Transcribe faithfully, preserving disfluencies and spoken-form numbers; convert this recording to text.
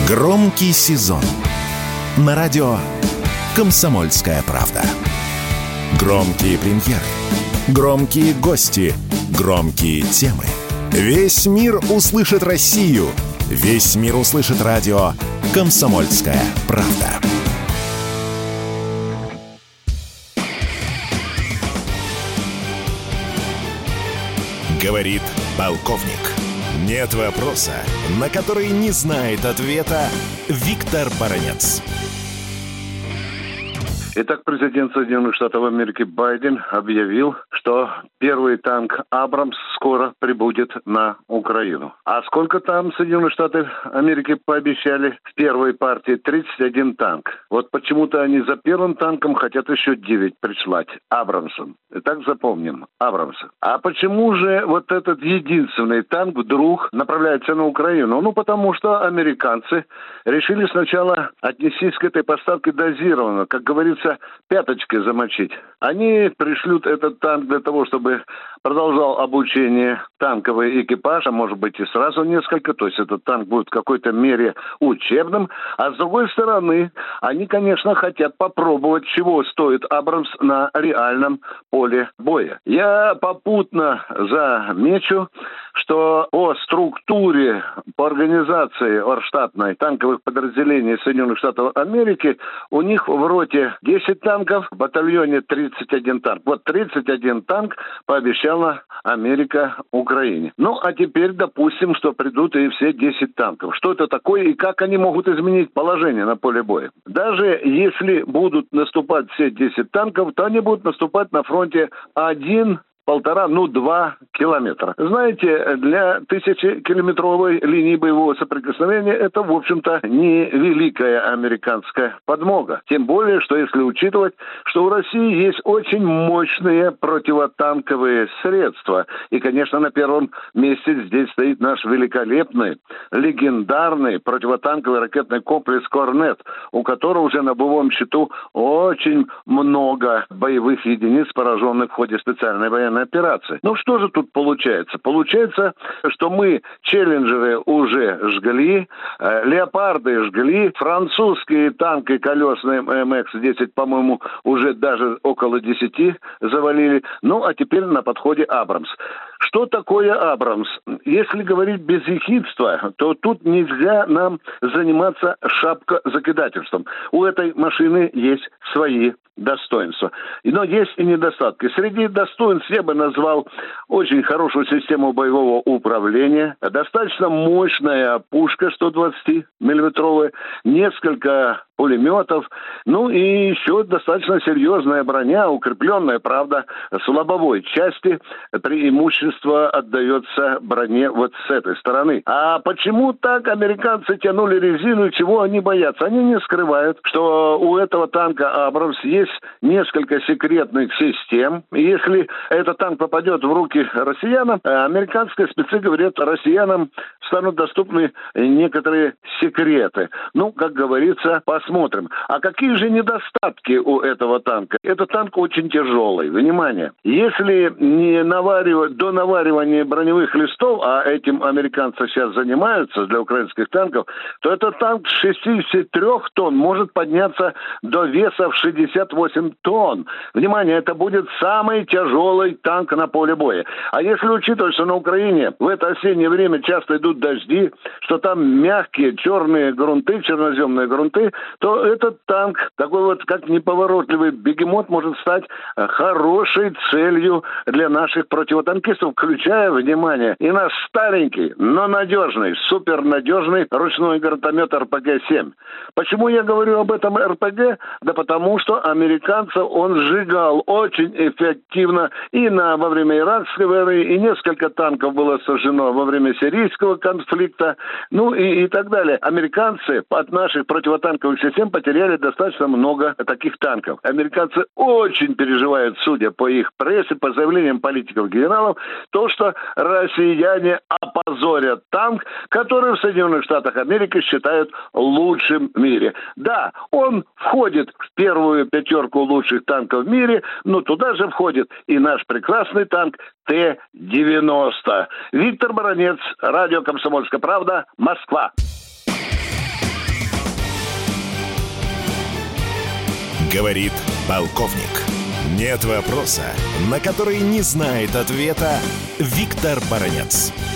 Громкий сезон на радио «Комсомольская правда». Громкие премьеры, громкие гости, громкие темы. Весь мир услышит Россию. Весь мир услышит радио «Комсомольская правда». Говорит полковник. Нет вопроса, на который не знает ответа Виктор Баранец. Итак, президент Соединенных Штатов Америки Байден объявил, что первый танк «Абрамс» скоро прибудет на Украину. А сколько там Соединенные Штаты Америки пообещали в первой партии? тридцать один танк. Вот почему-то они за первым танком хотят еще девять прислать «Абрамсом». Итак, запомним, «Абрамс». А почему же вот этот единственный танк вдруг направляется на Украину? Ну, потому что американцы решили сначала отнестись к этой поставке дозированно, как говорится, пяточкой замочить. Они пришлют этот танк для того, чтобы продолжал обучение танковый экипаж, а может быть и сразу несколько, то есть этот танк будет в какой-то мере учебным. А с другой стороны, они, конечно, хотят попробовать, чего стоит «Абрамс» на реальном поле боя. Я попутно замечу, что по структуре, по организации оргштатной танковых подразделений Соединенных Штатов Америки у них в роте десять танков, в батальоне тридцать один танк. Вот тридцать один танк пообещала Америка Украине. Ну, а теперь допустим, что придут и все десять танков. Что это такое и как они могут изменить положение на поле боя? Даже если будут наступать все десять танков, то они будут наступать на фронте один полтора, ну, два километра. Знаете, для тысячекилометровой линии боевого соприкосновения это, в общем-то, не великая американская подмога. Тем более, что если учитывать, что у России есть очень мощные противотанковые средства. И, конечно, на первом месте здесь стоит наш великолепный, легендарный противотанковый ракетный комплекс «Корнет», у которого уже на боевом счету очень много боевых единиц, пораженных в ходе специальной военной операции. Ну что же тут получается? Получается, что мы челленджеры уже жгли, э, леопарды жгли, французские танки колесные эм икс десять, по-моему, уже даже около десяти завалили. Ну, а теперь на подходе «Абрамс». Что такое «Абрамс»? Если говорить без ехидства, то тут нельзя нам заниматься шапкозакидательством. У этой машины есть свои достоинства. Но есть и недостатки. Среди достоинств я бы назвал очень хорошую систему боевого управления, достаточно мощная пушка сто двадцатимиллиметровая, несколько пулеметов, ну и еще достаточно серьезная броня, укрепленная, правда, с лобовой части. Преимущество отдается броне вот с этой стороны. А почему так американцы тянули резину, чего они боятся? Они не скрывают, что у этого танка «Абрамс» есть несколько секретных систем. И если этот танк попадет в руки россиянам, американские спецы говорят, россиянам станут доступны некоторые секреты. Ну, как говорится, посмотрим. А какие же недостатки у этого танка? Этот танк очень тяжелый. Внимание! Если не наваривать, до наваривания броневых листов, а этим американцы сейчас занимаются для украинских танков, то этот танк с шестидесяти трёх тонн может подняться до веса в шестьдесят восемь тонн. Внимание, это будет самый тяжелый танк на поле боя. А если учитывать, что на Украине в это осеннее время часто идут дожди, что там мягкие черные грунты, черноземные грунты, то этот танк, такой вот как неповоротливый бегемот, может стать хорошей целью для наших противотанкистов, включая, внимание, и наш старенький, но надежный, супернадежный ручной гранатомет эр пэ гэ семь. Почему я говорю об этом эр пэ гэ? Да потому что американцев он сжигал очень эффективно и на, во время Иракской войны, и несколько танков было сожжено во время сирийского конфликта, ну и, и так далее. Американцы от наших противотанковых систем потеряли достаточно много таких танков. Американцы очень переживают, судя по их прессе, по заявлениям политиков-генералов, то, что россияне опозорят танк, который в Соединенных Штатах Америки считают лучшим в мире. Да, он входит в первую пятерку лучших танков в мире, но туда же входит и наш прекрасный танк Т девяносто. Виктор Баранец, радио «Комсомольская правда», Москва. Говорит полковник. Нет вопроса, на который не знает ответа Виктор Баранец.